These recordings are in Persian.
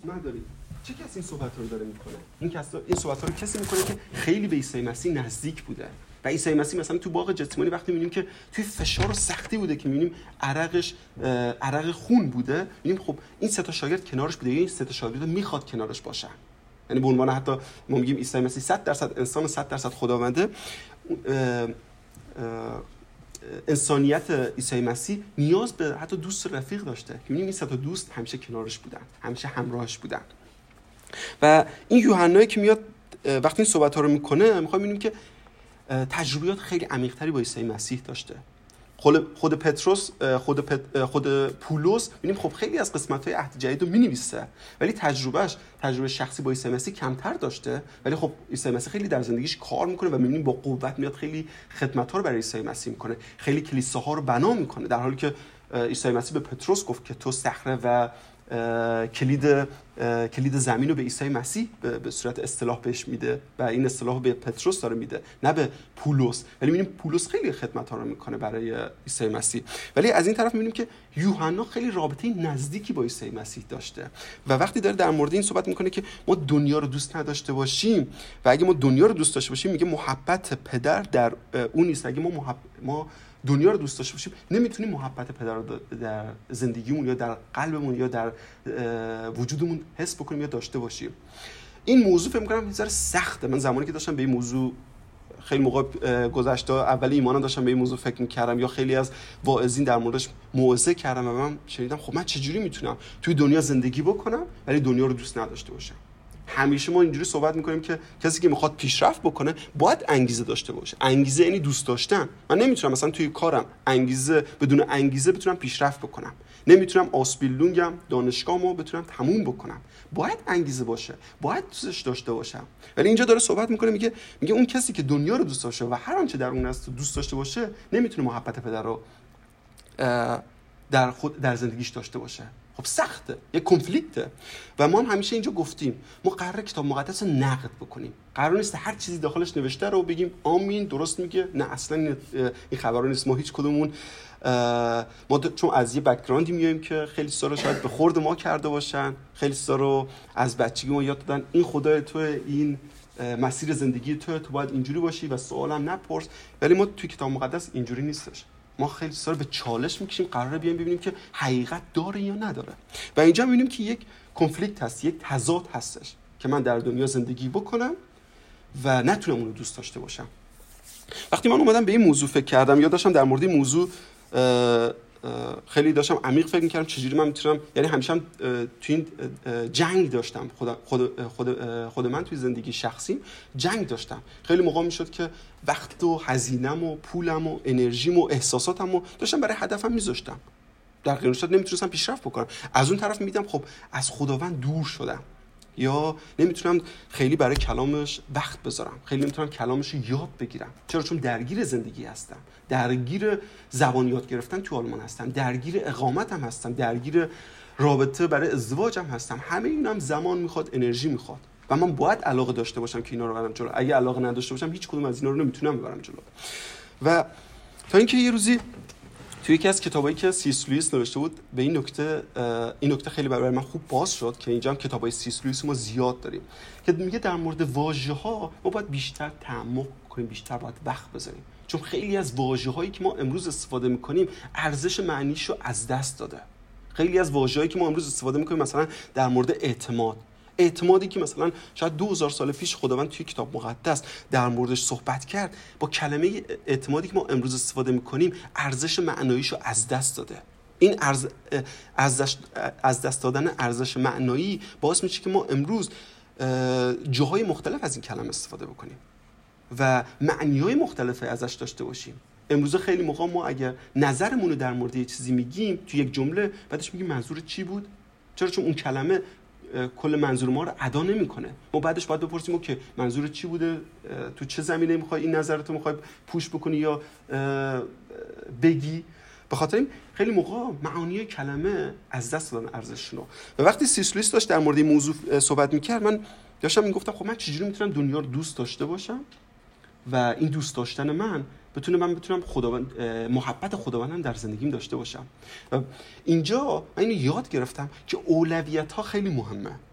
ندارید. چه کسی این صحبت‌ها رو داره میکنه؟ این صحبت‌ها رو کسی میکنه که خیلی به عیسی مسیح نزدیک بوده. و عیسی مسیح مثلا تو باغ گتسمانی وقتی می‌بینیم که توی فشار و سختی بوده که می‌بینیم عرق خون بوده، می‌بینیم خب این سه تا شاگرد کنارش بوده، این سه تا شاگرد میخواد کنارش باشن. یعنی به عنوان حتی ما میگیم عیسی مسیح 100% انسان و 100% خداونده، انسانیت عیسی مسیح نیاز به حتی دوست و رفیق داشته که می‌بینیم این سه تا دوست همیشه کنارش بودن، همیشه همراهش بودن. و این یوحنایی که میاد وقتی این صحبت‌ها رو میکنه می‌خوام ببینیم که تجربیات خیلی عمیق‌تری با عیسی مسیح داشته. خود پتروس، خود پولس می‌بینیم خب خیلی از قسمت‌های عهد جدید رو می‌نویسه، ولی تجربه شخصی با عیسی مسیح کمتر داشته. ولی خب عیسی مسیح خیلی در زندگیش کار می‌کنه و می‌بینیم با قوت میاد خیلی خدمت‌ها رو برای عیسی مسیح می‌کنه، خیلی کلیساها رو بنا می‌کنه، در حالی که عیسی مسیح به پتروس گفت که تو صخره و کلید زمین رو به عیسی مسیح به صورت اصطلاح بهش میده و این اصطلاح به پتروس داره میده، نه به پولس. ولی میبینیم پولس خیلی خدمت‌ها رو میکنه برای عیسی مسیح. ولی از این طرف میبینیم که یوحنا خیلی رابطه نزدیکی با عیسی مسیح داشته و وقتی داره در مورد این صحبت میکنه که ما دنیا رو دوست نداشته باشیم و اگه ما دنیا رو دوست داشته باشیم، میگه محبت پدر در اون نیست. اگه ما دنیا رو دوست داشته باشیم، نمیتونیم محبت پدر رو در زندگیمون یا در قلبمون یا در وجودمون حس بکنیم یا داشته باشیم. این موضوع فکر می‌کنم یه ذره سخته. من زمانی که داشتم به این موضوع خیلی موقع گذشته اول ایمانم داشتم به این موضوع فکر می‌کردم یا خیلی از واعظین در موردش موعظه کردم و من شنیدم خب من چجوری میتونم توی دنیا زندگی بکنم ولی دنیا رو دوست نداشته باشم. همیشه ما اینجوری صحبت میکنیم که کسی که میخواد پیشرفت بکنه باید انگیزه داشته باشه. انگیزه یعنی دوست داشتن. من نمیتونم مثلا توی کارم بدون انگیزه بتونم پیشرفت بکنم. نمیتونم آسپیلونگم دانشگاهمو بتونم تموم بکنم. باید انگیزه باشه، باید دوستش داشته باشم. ولی اینجا داره صحبت میکنه، میگه اون کسی که دنیا رو دوست داشته و هر آنچه در اون هست دوست داشته باشه، نمیتونه محبت پدر رو در زندگیش داشته باشه. خب سخته، یک کنفلیکته. و ما هم همیشه اینجا گفتیم ما قراره کتاب مقدس رو نقد بکنیم. قرار نیست هر چیزی داخلش نوشته رو بگیم آمین درست میگه. نه اصلا این خبرا نیست. ما هیچ کدومون ما چون از یه بک‌گراندی میایم که خیلی چیزا رو شاید به خورد ما کرده باشن، خیلی چیزا رو از بچگی ما یاد دادن این خدای تو، این مسیر زندگی تو باید اینجوری باشی و سوالم نپرس. ولی ما توی کتاب مقدس اینجوری نیستش. ما خیلی چیزا رو به چالش میکشیم، قراره بیایم ببینیم که حقیقت داره یا نداره. و اینجا میبینیم که یک کنفلیکت هست، یک تضاد هستش که من در دنیا زندگی بکنم و نتونم اون رو دوست داشته باشم. وقتی من اومدم به این موضوع فکر کردم یا داشتم در مورد این موضوع خیلی داشتم عمیق فکر می‌کردم چجوری من میتونم، یعنی همیشه هم تو این جنگ داشتم، خود من توی زندگی شخصیم جنگ داشتم. خیلی موقع میشد که وقت و هزینه‌م و پولم و انرژیم و احساساتم رو داشتم برای هدفم میذاشتم، در غیر این صورت نمیتونستم پیشرفت بکنم. از اون طرف میدیدم خب از خداوند دور شدم یا نمیتونم خیلی برای کلامش وقت بذارم، خیلی نمیتونم کلامش رو یاد بگیرم. چرا؟ چون درگیر زندگی هستم، درگیر زبان یاد گرفتن تو آلمان هستم، درگیر اقامتم هستم، درگیر رابطه برای ازدواجم هستم. همه اینم زمان میخواد، انرژی میخواد و من باید علاقه داشته باشم که اینا رو ببرم جلو. اگه علاقه نداشته باشم هیچ کدوم از اینا رو نمیتونم ببرم جلو. و تا اینکه یه روزی توی یکی از کتابایی که سیس لوئیس نوشته بود به این نکته خیلی برای من خوب باز شد که اینجا هم کتابای سیس لوئیس ما زیاد داریم که میگه در مورد واژه‌ها ما باید بیشتر تعمق کنیم، بیشتر باید وقت بذاریم، چون خیلی از واژه‌هایی که ما امروز استفاده می‌کنیم ارزش معنیشو از دست داده. خیلی از واژه‌هایی که ما امروز استفاده می‌کنیم مثلا در مورد اعتمادی که مثلا شاید 2000 سال پیش خداوند توی کتاب مقدس در موردش صحبت کرد، با کلمه اعتمادی که ما امروز استفاده می‌کنیم ارزش معناییشو از دست داده. این از دست دادن ارزش معنایی باعث میشه که ما امروز جاهای مختلف از این کلمه استفاده بکنیم و معنی‌های مختلفی ازش داشته باشیم. امروز خیلی موقع ما اگر نظرمون رو در مورد یه چیزی میگیم توی یک جمله بعدش میگیم منظور چی بود؟ چرا؟ چون اون کلمه کل منظور ما رو ادا نمی‌کنه. ما بعدش باید بپرسیم که منظور چی بوده، تو چه زمینه می‌خوای این نظرتو می‌خوای پوش بکنی یا بگی. به خاطر این خیلی موقع معانی کلمه از دست دادن ارزششون رو. و وقتی سیس لوئیس داشت در مورد این موضوع صحبت می‌کرد، من داشتم میگفتم خب من چجوری میتونم دنیا رو دوست داشته باشم و این دوست داشتن من بتونم خداوند محبت خداوندم در زندگیم داشته باشم. و اینجا من اینو یاد گرفتم که اولویت‌ها خیلی مهمه.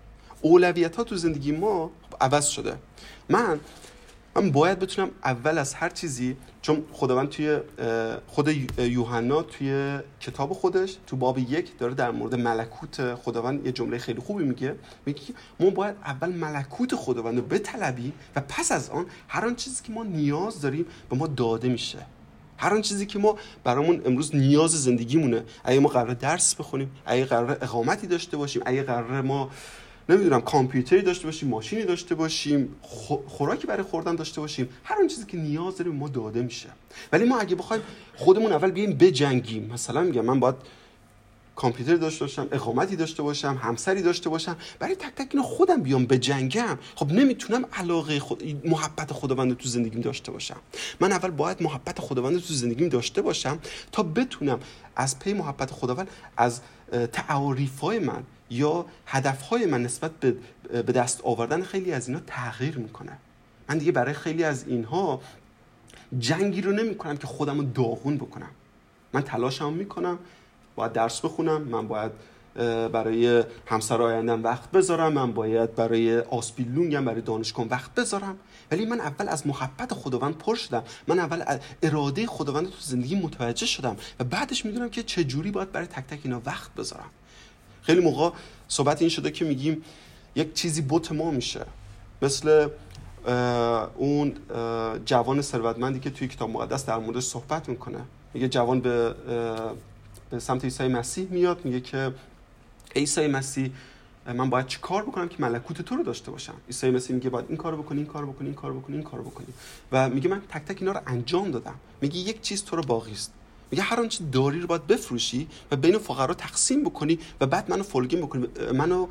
اولویت‌ها تو زندگی ما عوض شده. من باید بتونم اول از هر چیزی، چون خداوند توی خود یوحنا توی کتاب خودش تو باب 1 داره در مورد ملکوت خداوند یه جمله خیلی خوبی میگه ما باید اول ملکوت خداوند رو بطلبیم و پس از آن هر آن چیزی که ما نیاز داریم به ما داده میشه. هر آن چیزی که ما برامون امروز نیاز زندگیمونه، اگه ما قراره درس بخونیم، اگه قراره اقامتی داشته باشیم، اگه قراره ما نمیدونم کامپیوتری داشته باشیم، ماشینی داشته باشیم، خوراکی برای خوردن داشته باشیم، هر اون چیزی که نیاز داریم ما داده میشه. ولی ما اگه بخوایم خودمون اول بیایم بجنگیم، مثلا میگم من باید کامپیوتری داشته باشم، اقامتی داشته باشم، همسری داشته باشم، برای تک تک اینا خودم بیام بجنگم، خب نمیتونم محبت خداوند تو زندگیم داشته باشم. من اول باید محبت خداوند تو زندگیم داشته باشم تا بتونم از پی محبت خداوند از تعاریف‌های من یا هدفهای من نسبت به دست آوردن خیلی از اینا تغییر میکنه. من دیگه برای خیلی از اینها جنگی رو نمی کنم که خودم رو داغون بکنم. من تلاشم میکنم، باید درس بخونم، من باید برای همسر آیندم وقت بذارم، من باید برای آسپیلونگم برای دانشگاه وقت بذارم، ولی من اول از محبت خداوند پر شدم، من اول از اراده خداوند تو زندگی متوجه شدم و بعدش میدونم که چه جوری باید برای تک تک اینا وقت بذارم. خیلی موقع صحبت این شده که میگیم یک چیزی بت ما میشه، مثل اون جوان ثروتمندی که توی کتاب مقدس در موردش صحبت میکنه. میگه جوان به سمت عیسی مسیح میاد، میگه که عیسی مسیح من باید چی کار بکنم که ملکوت تو رو داشته باشم؟ عیسی مسیح میگه باید این کارو بکنی، این کارو بکنی، این کارو بکنی، این کارو بکنی. و میگه من تک تک اینا رو انجام دادم. میگه یک چیز تو رو باقی است. میگه هر آنچه داری رو باید بفروشی و بین فقرا تقسیم بکنی و بعد منو فالوینگ بکنی، منو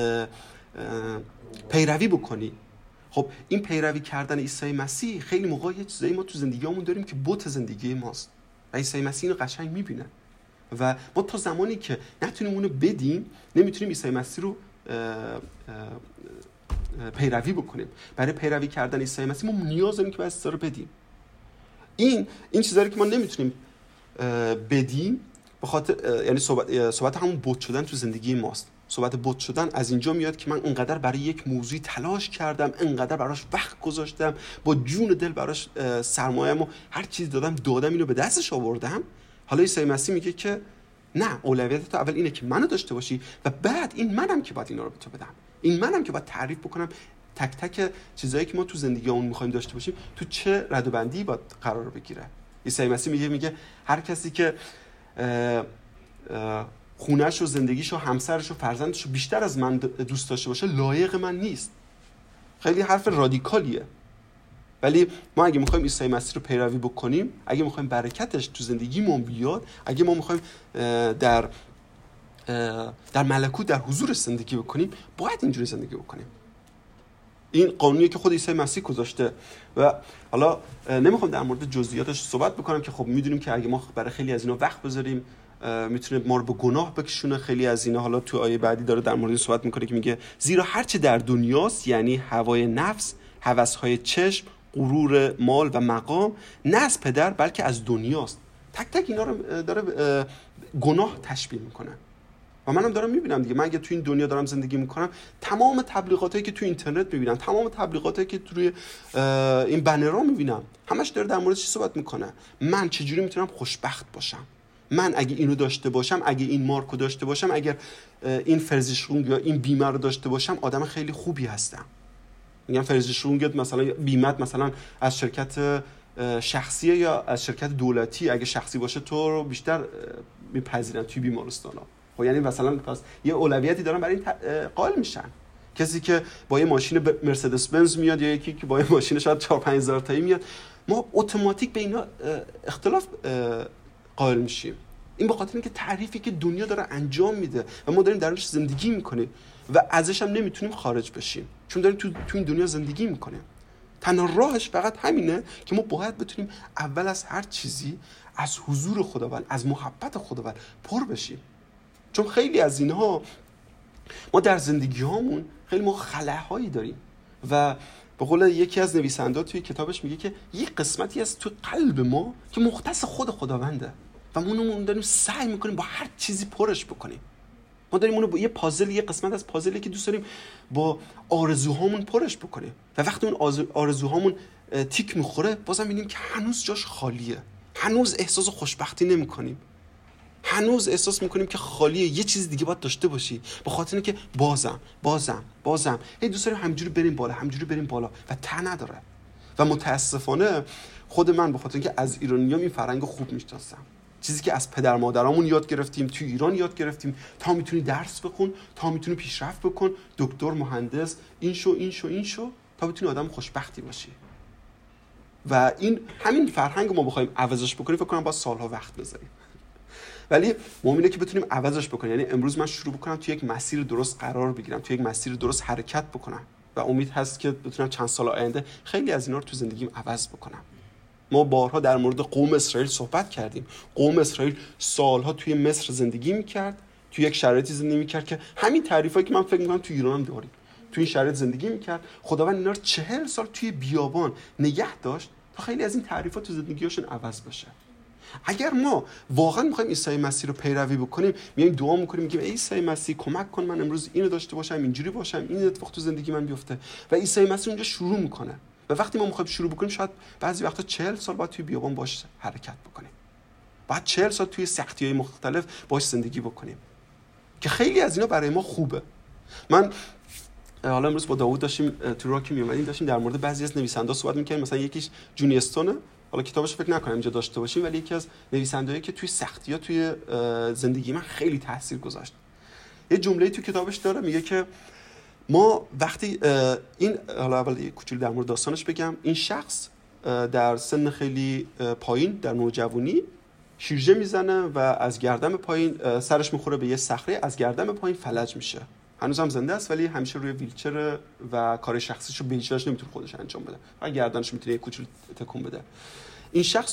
پیروی بکنی. خب این پیروی کردن عیسی مسیح، خیلی موقع یه چیزایی ما تو زندگیامون داریم که بت زندگی ماست و عیسی مسیح اینو قشنگ میبینه و ما تا زمانی که نتونیم اونو بدیم نمیتونیم عیسی مسیح رو پیروی بکنیم. برای پیروی کردن عیسی مسیح ما نیاز داریم که باید رو بدیم. این چیزایی که ما نمیتونیم بدیم به خاطر یعنی صحبت همون بت شدن تو زندگی ماست. صحبت بت شدن از اینجا میاد که من اونقدر برای یک موضوعی تلاش کردم، اینقدر براش وقت گذاشتم، با جون دل براش سرمایه‌مو هر چیز دادم اینو به دستش آوردم. حالا عیسی مسیح میگه که نه، اولویت تو اول اینه که منو داشته باشی و بعد این منم که باید اینا رو به تو بدم، این منم که باید تعریف بکنم تک تک چیزایی که ما تو زندگیمون می‌خوایم داشته باشیم تو چه ردوبندی باید قرار بگیره. عیسی مسیح میگه هر کسی که خونه‌ش و زندگیش و همسرش و فرزندش رو بیشتر از من دوست داشته باشه لایق من نیست. خیلی حرف رادیکالیه، ولی ما اگه میخوایم عیسی مسیح رو پیروی بکنیم، اگه میخوایم برکتش تو زندگیمون بیاد، اگه ما میخوایم در ملکوت در حضورش زندگی بکنیم، باید اینجوری زندگی بکنیم. این قانونیه که خود عیسی مسیح گذاشته و حالا نمیخوام در مورد جزئیاتش صحبت بکنم که خب میدونیم که اگه ما برای خیلی از اینا وقت بذاریم میتونه ما رو به گناه بکشونه. خیلی از اینا حالا تو آیه بعدی داره در مورد صحبت میکنه که میگه زیرا هرچه در دنیاست، یعنی هوای نفس، هوس‌های چشم، غرور مال و مقام، نه از پدر بلکه از دنیاست. تک تک اینا رو داره گناه تشبیه میکنه و منم دارم میبینم دیگه. من اگه تو این دنیا دارم زندگی میکنم، تمام تبلیغاتایی که تو اینترنت میبینم، تمام تبلیغاتایی که توی این بنرها میبینم، همش داره در مورد چی صحبت میکنه؟ من چجوری میتونم خوشبخت باشم؟ من اگه اینو داشته باشم، اگه این مارکو داشته باشم، اگر این فرزیشرونگ یا این بیمه رو داشته باشم، آدم خیلی خوبی هستم. میگم فرزیشرونگت مثلا بیمت مثلا از شرکت شخصیه یا از شرکت دولتی، اگه شخصی باشه تو رو بیشتر میپذیرن توی بیمارستانا. خب یعنی مثلا پس یه اولویتی دارن برای این قائل میشن. کسی که با یه ماشین مرسدس بنز میاد یا یکی که با یه ماشین شاید 4-5 هزار تایی میاد، ما اتوماتیک به اینا اختلاف قائل میشیم. این به خاطر اینکه تعریفی که دنیا داره انجام میده و ما داریم درش زندگی میکنیم و ازش هم نمیتونیم خارج بشیم، چون داریم تو این دنیا زندگی میکنیم. تنها راهش فقط همینه که ما باید بتونیم اول از هر چیزی از حضور خداوند، از محبت خداوند پر بشیم. چون خیلی از اینها ما در زندگی هامون خیلی ما خلاهایی داریم و به قول یکی از نویسنده‌ها توی کتابش میگه که یک قسمتی از تو قلب ما که مختص خود خداونده و ما اون داریم سعی میکنیم با هر چیزی پرش بکنیم. ما داریم اونو با یه پازل، یه قسمت از پازلی که دوست داریم با آرزوهامون پرش بکنیم و وقتی اون آرزوهامون تیک میخوره بازم میبینیم که هنوز جاش خالیه، هنوز احساس خوشبختی نمیکنیم، هنوز احساس میکنیم که خالیه، یه چیز دیگه باید داشته باشی، به خاطر اینکه بازم هی دوست داریم همینجوری بریم بالا و ته نداره. و متاسفانه خود من به خاطر اینکه از ایرانیام این فرهنگ خوب میشناسم، چیزی که از پدر مادرامون یاد گرفتیم، تو ایران یاد گرفتیم، تا میتونی درس بخون، تا میتونی پیشرفت بکن، دکتر، مهندس، این شو تا بتونی آدم خوشبختی باشی. و این همین فرهنگ ما بخوایم عوضش بکنیم فکر کنم باید سالها وقت بذاریم. ولی مهمه که بتونیم عوضش بکنیم. یعنی امروز من شروع بکنم تو یک مسیر درست قرار بگیرم، تو یک مسیر درست حرکت بکنم و امید هست که بتونم چند سال آینده خیلی از اینا رو تو زندگیم عوض بکنم. ما بارها در مورد قوم اسرائیل صحبت کردیم. قوم اسرائیل سالها توی مصر زندگی میکرد، توی یک شرایطی زندگی میکرد که همین تعریفایی که من فکر میکنم تو ایران هم داریم. توی این شرایط زندگی میکرد، خداوند اینا رو 40 سال توی بیابان نگه داشت تا خیلی از این تعریفات تو زندگیشون عوض بشه. اگر ما واقعا میخوایم عیسی مسیح رو پیروی بکنیم، میایم دعا میکنیم، میگیم ای عیسی مسیح کمک کن من امروز اینو داشته باشم، اینجوری باشم، این اتفاق تو زندگی من بیفته، و عیسی مسیح اونجا شروع میکنه. و وقتی ما میخوایم شروع بکنیم شاید بعضی وقتا 40 سال باید توی بیابان باش حرکت بکنیم، بعد 40 سال توی سختی‌های مختلف باش زندگی بکنیم که خیلی از اینا برای ما خوبه. من حالا امروز با داوود داشتیم تو راکی میومدیم، داشتیم در مورد بعضی از نویسنده‌ها صحبت می‌کردیم. مثلا یکیش جونی استونه، حالا کتابش فکر نکنم اینجا داشته باشیم، ولی یکی از نویسنده‌هایی که توی سختی‌ها توی زندگی من خیلی تاثیر گذاشت. یه جمله‌ای تو کتابش داره، میگه که ما وقتی این، حالا اول یه کوچولو در مورد داستانش بگم، این شخص در سن خیلی پایین در نوجوانی شیرجه میزنه و از گردن پایین سرش میخوره به یه صخره، از گردن پایین فلج میشه. هنوز هم زنده است ولی همیشه روی ویلچر و کار شخصیشو به هیچ وجه نمیتونه خودش انجام بده و گردنش میتونه یه کوچولو تکون بده. این شخص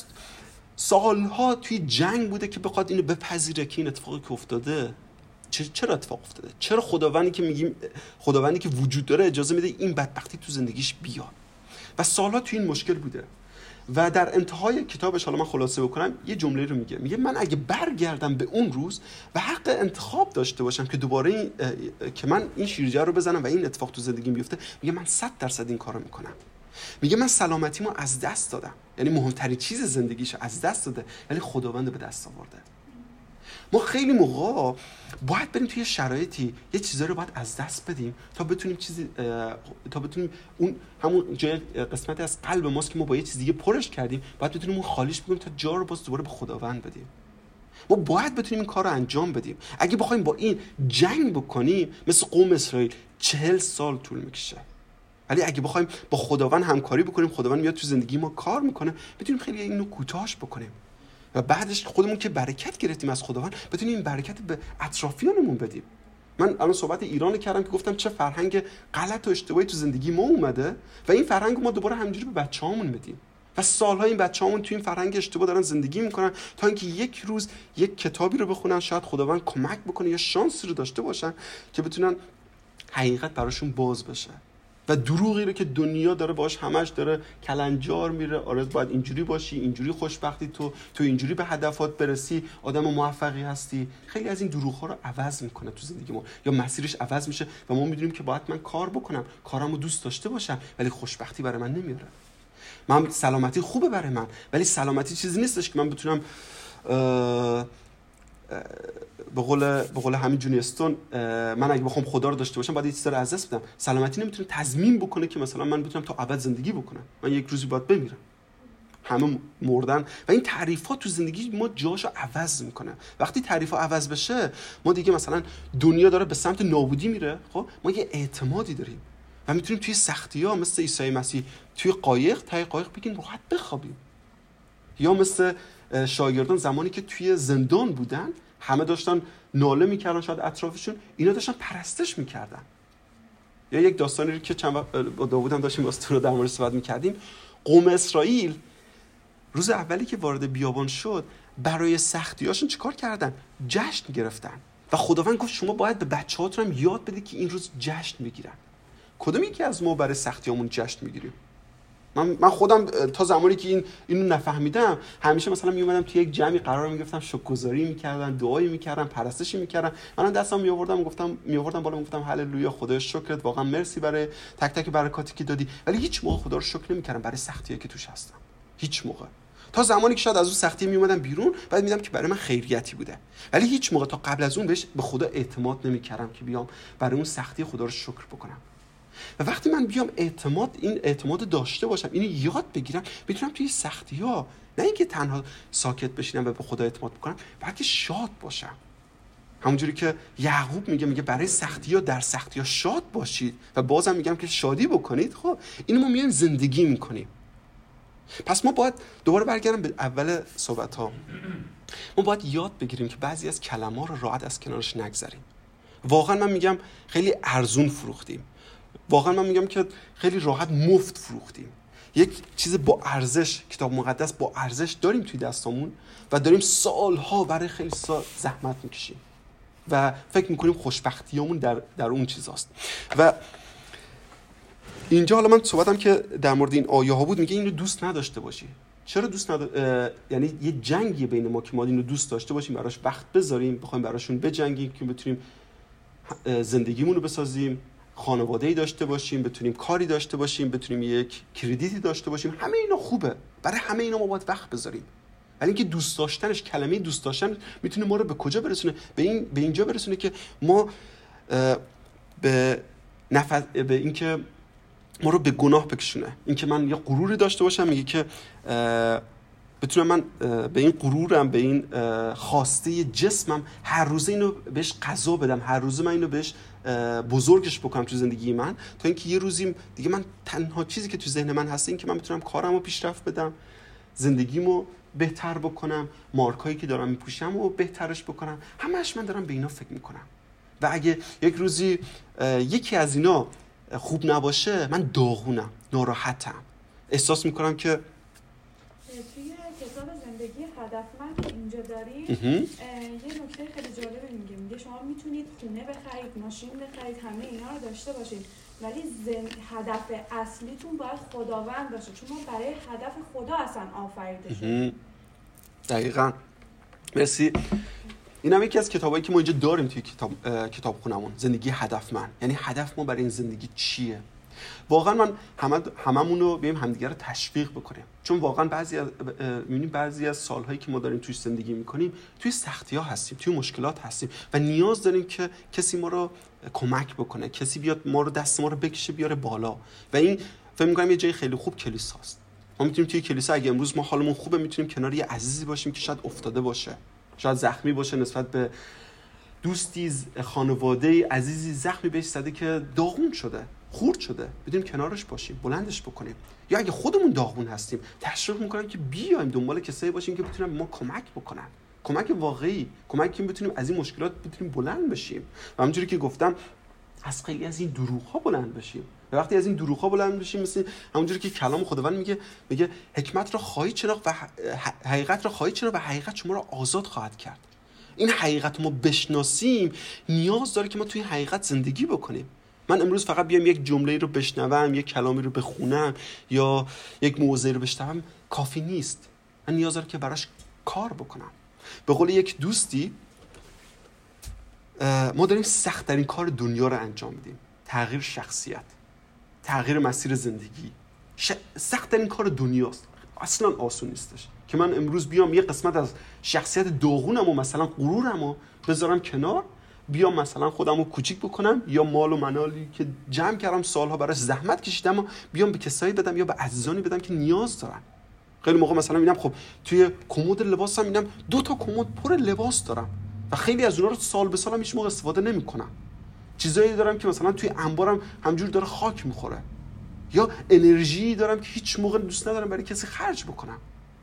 سالها توی جنگ بوده که بخواد اینو بپذیره که این اتفاقی که افتاده چرا اتفاق افتاده، چرا خداوندی که میگیم خداوندی که وجود داره اجازه میده این بدبختی تو زندگیش بیاد، و سالها توی این مشکل بوده. و در انتهای کتابش، حالا من خلاصه بکنم، یه جمله رو میگه من اگه برگردم به اون روز و حق انتخاب داشته باشم که دوباره که من این شیرجه رو بزنم و این اتفاق تو زندگیم بیفته، میگه من 100% این کارو میکنم. میگه من سلامتیمو از دست دادم، یعنی مهمترین چیز زندگیشو از دست داده ولی خداوند به دست آورده. ما خیلی موقع باید بریم توی شرایطی یه چیزایی رو باید از دست بدیم تا بتونیم اون همون جای قسمتی از قلب ماست که ما با یه چیز دیگه پرش کردیم، باید بتونیم اون خالیش بکنیم تا جا رو باز دوباره به خداوند بدیم. ما باید بتونیم این کار رو انجام بدیم. اگه بخوایم با این جنگ بکنیم مثل قوم اسرائیل 40 سال طول میکشه، ولی اگه بخوایم با خداوند همکاری بکنیم، خداوند میاد تو زندگی ما کار میکنه، بتونیم خیلی اینو کوتاهش بکنیم و بعدش خودمون که برکت گرفتیم از خداوند بتونیم این برکت به اطرافیانمون بدیم. من الان صحبت ایران کردم که گفتم چه فرهنگ غلط و اشتباهی تو زندگی ما اومده و این فرهنگ ما دوباره همینجوری به بچه‌هامون بدیم و سال‌ها این بچه‌هامون تو این فرهنگ اشتباه دارن زندگی میکنن تا اینکه یک روز یک کتابی رو بخونن، شاید خداوند کمک بکنه یا شانسی رو داشته باشن که بتونن حقیقت براشون باز بشه و دروغی رو که دنیا داره باش همش داره کلنجار میره، آره باید اینجوری باشی، اینجوری خوشبختی، تو اینجوری به هدفات برسی، آدم موفقی هستی، خیلی از این دروغ‌ها رو عوض میکنه تو زندگی ما یا مسیرش عوض میشه و ما میدونیم که باید من کار بکنم، کارامو دوست داشته باشم، ولی خوشبختی برای من نمیاره. من سلامتی خوبه برای من، ولی سلامتی چیزی نیستش که من بتونم به قول همین جونی استون، من اگه بخوام خدا رو داشته باشم باید یه چیزا رو از دست بدم. سلامتی نمیتونه تضمین بکنه که مثلا من بتونم تا ابد زندگی بکنم. من یک روزی باید بمیرم، همه مردن و این تعریفات تو زندگی ما جاشو عوض میکنه. وقتی تعریفا عوض بشه ما دیگه مثلا دنیا داره به سمت نابودی میره، خب ما یه اعتمادی داریم و میتونیم توی سختی‌ها مثل عیسی مسیح توی تای قایق بگیم راحت بخوابیم، یا مثل شاگردان زمانی که توی زندان بودن همه داشتن ناله میکردن، شاید اطرافشون اینا داشتن پرستش میکردن. یا یک داستانی رو که چند وقت با داوود هم داشتیم واسه رو در مورد صحبت میکردیم، قوم اسرائیل روز اولی که وارد بیابان شد برای سختیاشون چیکار کردن؟ جشن گرفتن و خداوند گفت شما باید به بچه‌هاتون هم یاد بدید که این روز جشن بگیرن. کدوم یکی از ما برای سختیامون جشن میگیریم؟ من خودم تا زمانی که اینو نفهمیدم همیشه مثلا میومدم توی یک جمعی قرار میگرفتم، شکرگزاری میکردم، دعایی میکردم، پرستشی میکردم، منم دستم میآوردم بالا میگفتم هللویا، خدای شکرت، واقعا مرسی برای تک تک برکاتی که دادی، ولی هیچ موقع خدا رو شکر نمیکردم برای سختیایی که توش هستم، هیچ موقع. تا زمانی که شاید از اون سختی میومدم بیرون، بعد میدم که برای من خیریتی بوده، ولی هیچ موقع تا قبل از اون به خدا اعتماد نمیکردم که بیام برای اون سختی خدا رو شکر بکنم. و وقتی من بیام این اعتماد داشته باشم، اینو یاد بگیرم، میتونم توی سختی‌ها نه اینکه تنها ساکت بشینم و به خدا اعتماد بکنم، بلکه شاد باشم. همونجوری که یعقوب میگه برای سختی‌ها در سختی‌ها شاد باشید، و بازم میگم که شادی بکنید. خب اینو ما میایم زندگی میکنیم. پس ما باید دوباره برگردم به اول صحبت‌ها، ما باید یاد بگیریم که بعضی از کلمات رو راحت از کنارش نگذریم. واقعا من میگم خیلی ارزون فروختیم، واقعا من میگم که خیلی راحت مفت فروختیم. یک چیز با ارزش، کتاب مقدس با ارزش داریم توی دستامون و داریم سالها برای خیلی سال زحمت میکشیم و فکر میکنیم خوشبختیامون در اون چیزاست. و اینجا حالا من صحبتم که در مورد این آیه ها بود، میگه اینو دوست نداشته باشی. چرا دوست یعنی یه جنگی بین ما که ما اینو دوست داشته باشیم، براش وقت بذاریم، بخوایم براشون بجنگیم که بتونیم زندگیمون رو بسازیم، خانواده‌ای داشته باشیم، بتونیم کاری داشته باشیم، بتونیم یک کردیتی داشته باشیم. همه اینا خوبه، برای همه اینا ما باید وقت بذاریم. ولی اینکه دوست داشتنش، کلمه دوست داشتن میتونه ما رو به کجا برسونه؟ به اینجا برسونه که ما به اینکه ما رو به گناه بکشونه. اینکه من یه غروری داشته باشم، میگه که بتونم من به این غرورم، به این خواسته جسمم هر روزه اینو بهش غذا بدم، هر روزه من اینو بهش بزرگش بکنم تو زندگی من، تا اینکه یه روزی دیگه من تنها چیزی که تو ذهن من هست این که من بتونم کارمو پیشرفت بدم، زندگیمو بهتر بکنم، مارکایی که دارم میپوشم و بهترش بکنم. همش من دارم به اینا فکر میکنم. و اگه یک روزی یکی از اینا خوب نباشه، من داغونم، ناراحتم، احساس میکنم که توی کتاب زندگی هدفمند اینجا داریم یه نکته خیلی جالبی میگه شما میتونید خونه بخرید، ماشین بخرید، همه اینا رو داشته باشید، ولی هدف اصلیتون باید خداوند باشه، چون ما برای هدف خدا اصلا آفریده شدیم. دقیقاً. مرسی. این هم یکی از کتابایی که ما اینجا داریم توی کتابخونمون، زندگی هدفمند. یعنی هدف ما برای این زندگی چیه؟ واقعا من هممون رو بیایم همدیگه رو تشویق بکنیم، چون واقعا بعضی از سالهایی که ما داریم توی زندگی میکنیم توی سختی‌ها هستیم، توی مشکلات هستیم و نیاز داریم که کسی ما رو کمک بکنه، کسی بیاد ما رو، دست ما رو بکشه بیاره بالا. و این فکر می‌کنم یه جای خیلی خوب کلیساست. ما میتونیم توی کلیسا، اگه امروز ما حالمون خوبه، میتونیم کنار یه عزیزی باشیم که شاید افتاده باشه، شاید زخمی باشه، نسبت به دوستی، خانواده عزیزی زخمی بهش زده که داغون شده، خورد شده، بدونیم کنارش باشیم، بلندش بکنیم. یا اگه خودمون داغون هستیم، تشویق میکنم که بیایم دنبال کسایی باشیم که بتونن به ما کمک بکنن، کمک واقعی، کمک که بتونیم از این مشکلات بتونیم بلند بشیم. و همونجوری که گفتم، از خیلی از این دروغ‌ها بلند بشیم. و وقتی از این دروغ‌ها بلند بشیم، مثل همونجوری که کلام خداوند میگه حکمت را خواهید شناخت و حقیقت را خواهید شناخت و حقیقت شما را آزاد خواهد کرد. این حقیقت ما بشناسیم، نیاز داره که ما توی حقیقت زندگی بکنیم. من امروز فقط بیام یک جمله رو بشنوم، یک کلامی رو بخونم یا یک موعظه رو بشنوم کافی نیست. من نیاز دارم که براش کار بکنم. به قول یک دوستی، ما داریم سخت ترین کار دنیا رو انجام میدیم. تغییر شخصیت، تغییر مسیر زندگی، سخت ترین کار دنیاست. اصلا آسون نیستش که من امروز بیام یه قسمت از شخصیت داغونم و مثلا غرورم رو بذارم کنار، بیام مثلا خودم رو کوچیک بکنم، یا مال و منالی که جمع کردم سالها براش زحمت کشیدم و بیام به کسایی بدم یا به عزیزانی بدم که نیاز دارن. خیلی موقع مثلا میبینم خب توی کمد لباسم میبینم 2 تا کمد پر لباس دارم و خیلی از اونها رو سال به سالم هیچ موقع استفاده نمیکنم. چیزایی دارم که مثلا توی انبارم همجور داره خاک میخوره، یا انرژی دارم که هیچ موقع دوست ندارم برای کسی خرج بکنم.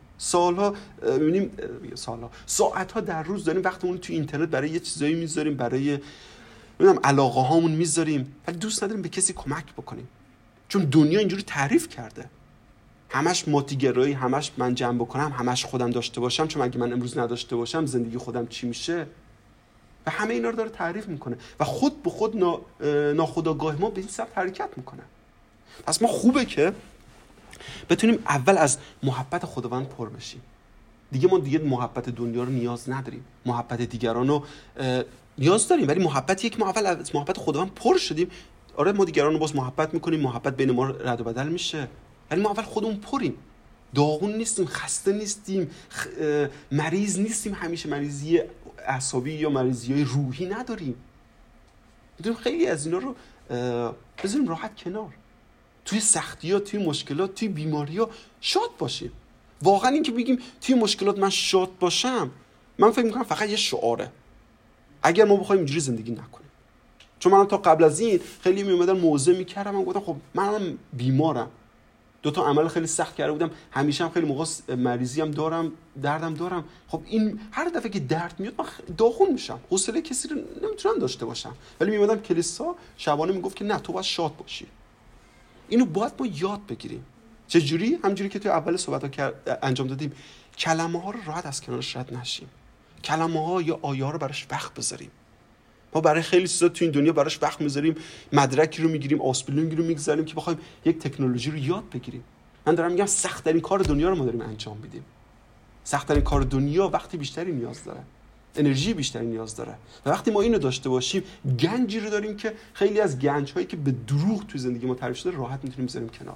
ساعت‌ها در روز داریم وقتمون توی اینترنت برای یه چیزایی میذاریم، برای علاقه هامون میذاریم، ولی دوست نداریم به کسی کمک بکنیم، چون دنیا اینجوری تعریف کرده. همش مادیگرایی، همش من جمع بکنم، همش خودم داشته باشم، چون اگه من امروز نداشته باشم زندگی خودم چی میشه؟ و همه اینا رو داره تعریف میکنه و خود به خود ناخودآگاه ما به این سمت حرکت میکنه. پس ما خوبه که بتونیم اول از محبت خداوند پر بشیم. دیگه محبت دنیا رو نیاز نداریم، محبت دیگران رو نیاز داریم، ولی محبت ما اول از محبت خداوند پر شدیم. آره ما دیگران رو باز محبت میکنیم، محبت بین ما رد و بدل میشه، ولی ما اول خودمون پریم، داغون نیستیم، خسته نیستیم، مریض نیستیم، همیشه مریضی اعصابی یا مریضی روحی نداریم. میدونیم خیلی از اینا رو بذاریم راحت کنار. توی سختی‌ها، توی مشکلات، توی بیماری‌ها شاد باشیم. واقعا این که بگیم توی مشکلات من شاد باشم، من فکر می‌کنم فقط یه شعاره. اگر ما بخوایم اینجوری زندگی نکنیم، چون من تا قبل از این خیلی میومدن موعظه میکردم، من گفتم خب من بیمارم، 2 تا عمل خیلی سخت کرده بودم، همیشه هم خیلی موقع مریضی هم دارم، دردم دارم. خب این هر دفعه که درد میاد من داغون میشم، حوصله کسی رو نمیتونم داشته باشم. ولی میومدم کلیسا، شبانه میگفت که نه تو باید شاد باشی. اینو باید ما یاد بگیریم. چه جوری؟ همونجوری که توی اول صحبت‌ها انجام دادیم، کلمه‌ها رو راحت از کنارش رد نشیم. کلمه‌ها یا آیه‌ها رو براش وقت بذاریم. ما برای خیلی چیزا تو این دنیا براش وقت می‌ذاریم، مدرکی رو می‌گیریم، آسپلینگ رو می‌گذاریم که بخوایم یک تکنولوژی رو یاد بگیریم. من دارم میگم سخت‌ترین کار دنیا رو ما داریم انجام میدیم. سخت‌ترین کار دنیا وقتی بیشتری نیاز داره، انرژی بیشتری نیاز داره. و وقتی ما اینو داشته باشیم، گنجی رو داریم که خیلی از گنج‌هایی که به دروغ تو زندگی ما تعریف شده راحت می‌تونیم بذاریم کنار.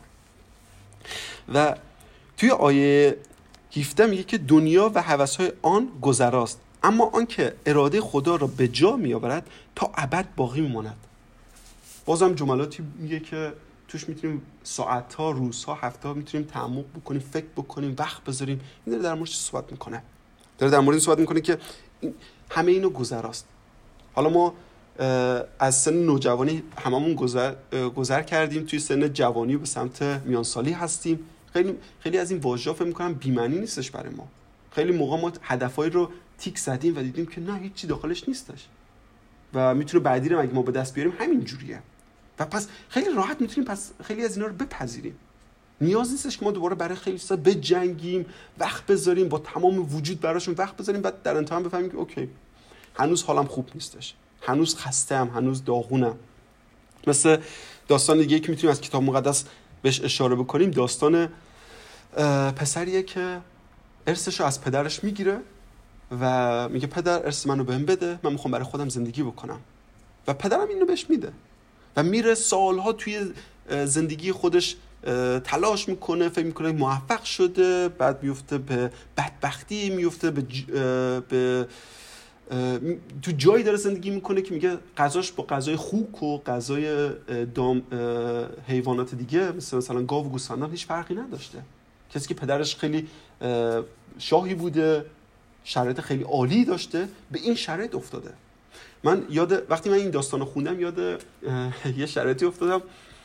و توی آیه 17 میگه که دنیا و هوس‌های آن گذراست، اما آن که اراده خدا را به جا می‌آورد تا ابد باقی می‌ماند. بازم جملاتی میگه که توش میتونیم ساعت‌ها، روزها، هفته‌ها میتونیم تعمق بکنیم، فکر بکنیم، وقت بذاریم. این داره در موردش صحبت میکنه. داره در مورد این صحبت میکنه که همه اینو گذراست. حالا ما از سن نوجوانی هممون گذر کردیم، توی سن جوانی به سمت میانسالی هستیم. خیلی از این واژه‌ها فکر می‌کنم بی‌معنی نیستش برای ما. خیلی موقع ما هدفایی رو تیک زدیم و دیدیم که نه هیچی داخلش نیستش و میتونه بعدی رو اگه ما به دست بیاریم همین جوریه. و پس خیلی راحت میتونیم پس خیلی از اینا رو بپذیریم. نیاز نیستش که ما دوباره برای خیلی چیزا بجنگیم، وقت بذاریم، با تمام وجود براشون وقت بذاریم، بعد در انتها بفهمیم که اوکی هنوز حالم خوب نیستش، هنوز خسته‌ام، هنوز داغونم. مثل داستان دیگه که میتونیم از کتاب مقدس بهش اشاره بکنیم، داستان پسریه که ارثشو از پدرش میگیره و میگه پدر ارث منو بهم بده، من میخوام برای خودم زندگی بکنم. و پدرم اینو بهش میده و میره سالها توی زندگی خودش تلاش میکنه، فکر میکنه موفق شده، بعد میفته به بدبختی، میفته به تو جایی داره زندگی میکنه که میگه غذاش با غذای خوک و غذای حیوانات دیگه مثلا گاو و گوسفندان هیچ فرقی نداشته. کسی که پدرش خیلی شاهی بوده، شرایط خیلی عالی داشته، به این شرایط افتاده. من وقتی من این داستانو خوندم یاد یه شرایطی افتادم.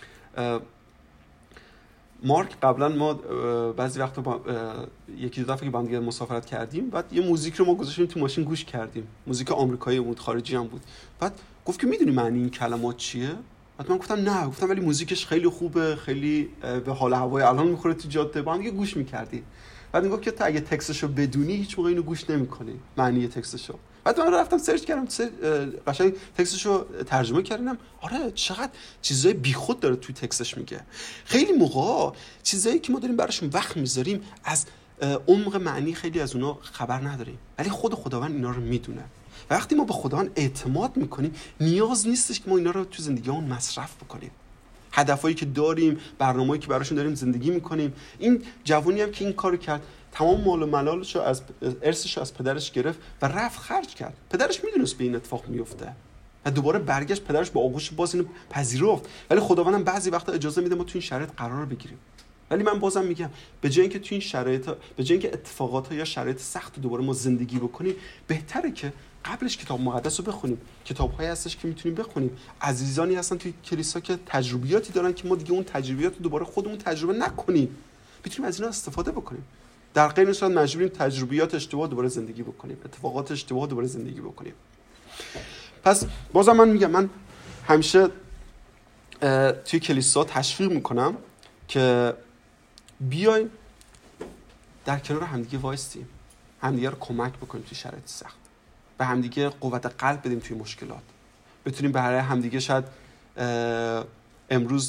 مارک قبلا ما بعضی وقتا یکی دو دفعه که با هم دیگه مسافرت کردیم، بعد یه موزیک رو ما گذاشتیم تو ماشین گوش کردیم، موزیک آمریکایی بود، خارجی هم بود. بعد گفت که میدونی معنی این کلمات چیه؟ بعد من گفتم نه. گفتم ولی موزیکش خیلی خوبه، خیلی به حال هوای الان میخوره تو جاده، با هم دیگه گوش میکردیم. بعد میگفت که تا اگه تکستشو بدونی هیچ موقع اینو گوش نمیکنی، معنی تکستشو. بعد من رفتم سرچ کردم، قشنگ تکستشو ترجمه کردم. آره چقدر چیزای بیخود داره توی تکستش میگه. خیلی موقعا چیزایی که ما داریم براشون وقت میذاریم از عمق معنی خیلی از اونها خبر نداریم، ولی خود خداوند اینا رو میدونه. وقتی ما به خداوند اعتماد میکنیم نیاز نیستش که ما اینا رو تو زندگیمون مصرف بکنیم. هدفایی که داریم، برنامه‌ای که براشون داریم زندگی میکنیم. این جوونی هم که این کارو کرد، تمام مال و ملالشو از ارثشو از پدرش گرفت و رفت خرج کرد. پدرش میدونست به این اتفاق میفته و دوباره برگشت، پدرش با آغوش باز اینو پذیرفت. ولی خداوندم بعضی وقتا اجازه میده ما تو این شرایط قرار بگیریم. ولی من بازم میگم به جای اینکه تو این شرایط، به جای اینکه اتفاقات یا شرایط سخت دوباره ما زندگی بکنیم، بهتره که قبلش کتاب مقدس رو بخونیم. کتاب‌هایی هستش که میتونیم بخونیم. عزیزانی هستن توی کلیسا که تجربیاتی دارن که ما دیگه اون تجربیات رو دوباره خودمون تجربه نکنیم. میتونیم از اینا استفاده بکنیم. در غیر این صورت مجبوریم تجربیات اشتباه دوباره زندگی بکنیم، اتفاقات اشتباه دوباره زندگی بکنیم. پس بازم من میگم، من همیشه توی کلیسا تشویق میکنم که بیایم در کنار همدیگه وایستیم، همدیگه رو کمک بکنیم توی شرایط سخت، به همدیگه قوت قلب بدیم توی مشکلات، بتونیم برای همدیگه شاید امروز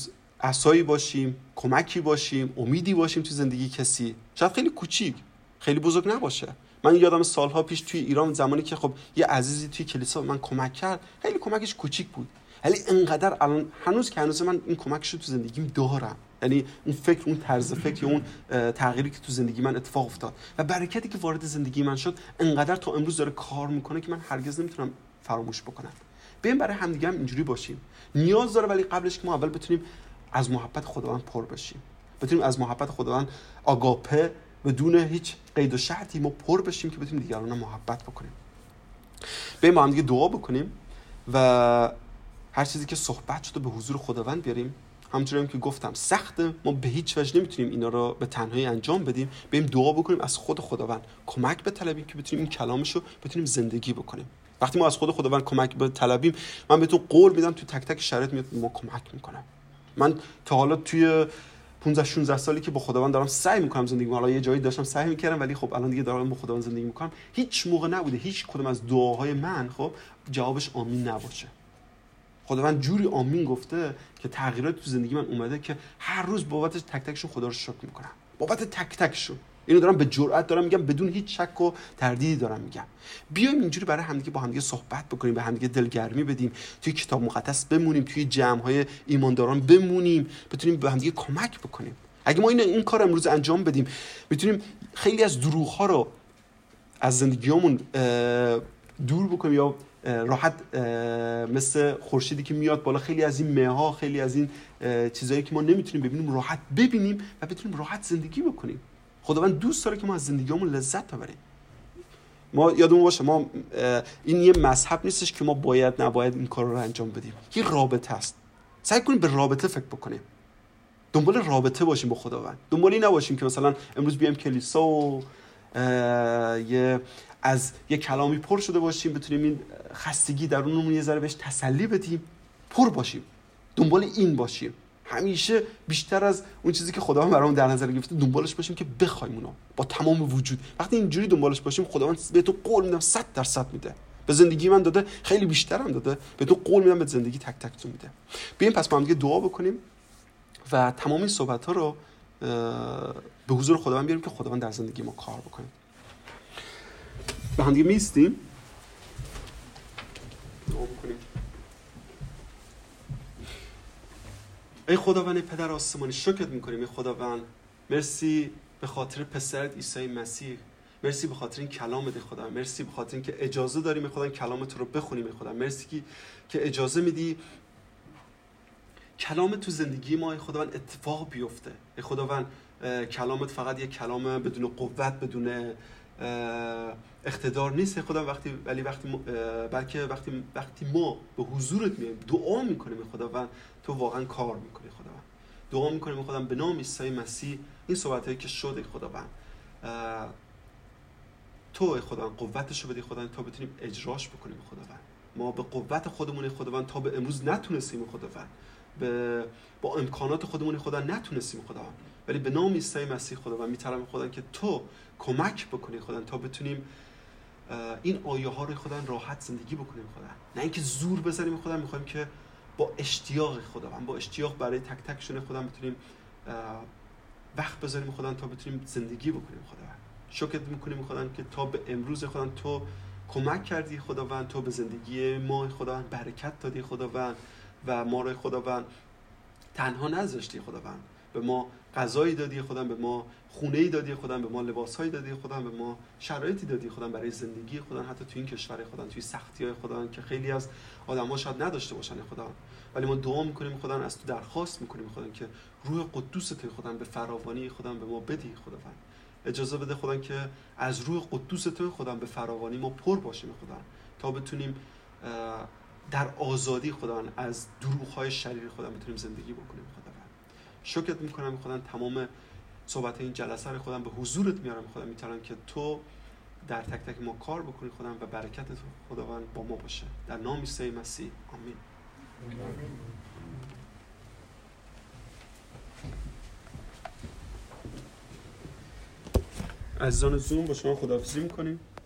عصایی باشیم، کمکی باشیم، امیدی باشیم تو زندگی کسی. شاید خیلی کوچیک، خیلی بزرگ نباشه. من یادم سالها پیش توی ایران زمانی که خب یه عزیزی توی کلیسا من کمک کرد، خیلی کمکش کوچیک بود، ولی انقدر الان هنوز من این کمکشو تو زندگیم دارم. یعنی اون فکر، اون طرز فکر، اون تغییری که تو زندگی من اتفاق افتاد و برکتی که وارد زندگی من شد انقدر تا امروز داره کار میکنه که من هرگز نمیتونم فراموش بکنم. بیایم برای همدیگه هم اینجوری باشیم. نیاز داره ولی قبلش که ما اول بتونیم از محبت خداوند پر بشیم، بتونیم از محبت خداوند آگاپه بدون هیچ قید و شرطی ما پر بشیم که بتونیم دیگران رو محبت بکنیم. بیایم با هم دیگه دعا بکنیم و هر چیزی که صحبت شده به حضور خداوند بیاریم. همونطوری که گفتم سخته، ما به هیچ وجه نمیتونیم اینا رو به تنهایی انجام بدیم. بیایم دعا بکنیم از خود خداوند کمک بطلبیم که بتونیم این کلامشو بتونیم زندگی بکنیم. وقتی ما از خود خداوند کمک بطلبیم، من بهتون قول میدم تو تک تک شرایط میاد ما کمک میکنم. من تا حالا توی 15-16 سالی که با خداوند دارم سعی میکنم زندگی کنم، حالا یه جایی داشتم سعی میکردم ولی خب الان دیگه دارم با خداوند زندگی میکنم، هیچ موقع نبوده هیچ کدوم از دعاهای من خب جوابش آمین نباشه. خداوند جوری آمین گفته که تغییرات تو زندگی من اومده که هر روز بابت تک تکشون خدا رو شکر میکنم، بابت تک تکشون. اینو دارم به جرئت دارم میگم، بدون هیچ شک و تردیدی دارم میگم. بیایم اینجوری برای همدیگه با همدیگه صحبت بکنیم، به همدیگه دلگرمی بدیم، توی کتاب مقدس بمونیم، توی جمع‌های ایمانداران بمونیم، بتونیم به همدیگه کمک بکنیم. اگه ما این کار امروز انجام بدیم، میتونیم خیلی از دروغ‌ها رو از زندگیامون دور بکنیم یا راحت مثل خورشیدی که میاد بالا، خیلی از این مه‌ها، خیلی از این چیزایی که ما نمیتونیم ببینیم راحت ببینیم و بتونیم راحت زندگی بکنیم. خداوند دوست داره که ما از زندگیمون لذت ببریم. ما یادمون باشه ما این یه مذهب نیستش که ما باید نباید این کار رو انجام بدیم. یه رابطه است. سعی کنیم به رابطه فکر بکنیم. دنبال رابطه باشیم با خداوند. دنبالی نباشیم که مثلا امروز بیایم کلیسا و از یه کلامی پر شده باشیم، بتونیم این خستگی درونمون یه ذره بهش تسلی بدیم، پر باشیم. دنبال این باشیم. همیشه بیشتر از اون چیزی که خداوند برامون در نظر گرفته دنبالش باشیم که بخوایم اونو با تمام وجود. وقتی اینجوری دنبالش باشیم خداوند بهتون قول میدم 100% میده. به زندگی من داده، خیلی بیشتر هم داده. بهتون قول میدم به زندگی تک تکتون میده. بیایم پس با هم دیگه دعا بکنیم و تمام این صحبت‌ها رو به حضور خداوند بیاریم که خداوند در زندگی ما کار بکنه. به هم دیگه میستیم دعا بکنیم. ای خداوند پدر آسمانی، شکرت میکنیم ای خداوند. مرسی به خاطر پسرت عیسی مسیح. مرسی به خاطر این کلامت ای خدا. مرسی به خاطر اینکه اجازه داریم ای خدا این کلامت رو بخونیم ای خدا. مرسی که اجازه میدی کلامت تو زندگی ما ای خداوند اتفاق بیفته. ای خداوند کلامت فقط یک کلام بدون قوت، بدون اقتدار نیست خدا، بلکه وقتی ما به حضورت میایم دعا میکنیم خداوند، تو واقعا کار میکنی خداوند. دعا میکنیم خداوند به نام عیسی مسیح این صحبتایی که شد خداوند تو خداوند قوتشو بدی خداوند تا بتونیم اجراش بکنیم خداوند. ما به قوت خودمون خداوند تا به امروز نتونستیم خداوند، با امکانات خودمون خداوند نتونستیم خداوند، ولی به نام عیسی مسیح خداوند میطلبم خداوند که تو کمک بکنی خداوند تا بتونیم این آیه ها رو خداوند راحت زندگی بکنیم خداوند. نه اینکه زور بزنیم خداوند، میخوایم که با اشتیاق خداوند، با اشتیاق برای تک تکشون خداوند بتونیم وقت بذاریم خداوند تا بتونیم زندگی بکنیم خداوند. شکرت میکنیم خداوند که تا به امروز خداوند تو کمک کردی خداوند، تو به زندگی ما خداوند برکت دادی خداوند و ما رو خداوند تنها نذاشتی خداوند. به ما غذایی دادی خداوند، به ما خونه‌ای دادی خداوند، به ما لباسهایی دادی خداوند، به ما شرایطی دادی خداوند برای زندگی خداوند، حتی تو این کشور خداوند، توی سختی‌های خداوند که خیلی از آدم‌ها شاید نداشته باشن خداوند. ولی ما دعا می‌کنیم خداوند، از تو درخواست می‌کنیم خداوند که روح قدوس تو خداوند به فراوانی خداوند به ما بدی خداوند. اجازه بده خداوند که از روح قدوس تو خداوند به فراوانی ما پر باشیم خداوند، تا بتونیم در آزادی خداوند از دروغ‌های شریر خداوند بتونیم زندگی بکنیم خداوند. شکرت میکنم خداوند، تمام صحبت این جلسه رو خداوند به حضورت میارم خداوند، میتونم که تو در تک تک ما کار بکنی خداوند و برکت تو خداوند با ما باشه، در نام عیسی مسیح آمین. عزیزان زوم با شما خداحافظی میکنیم.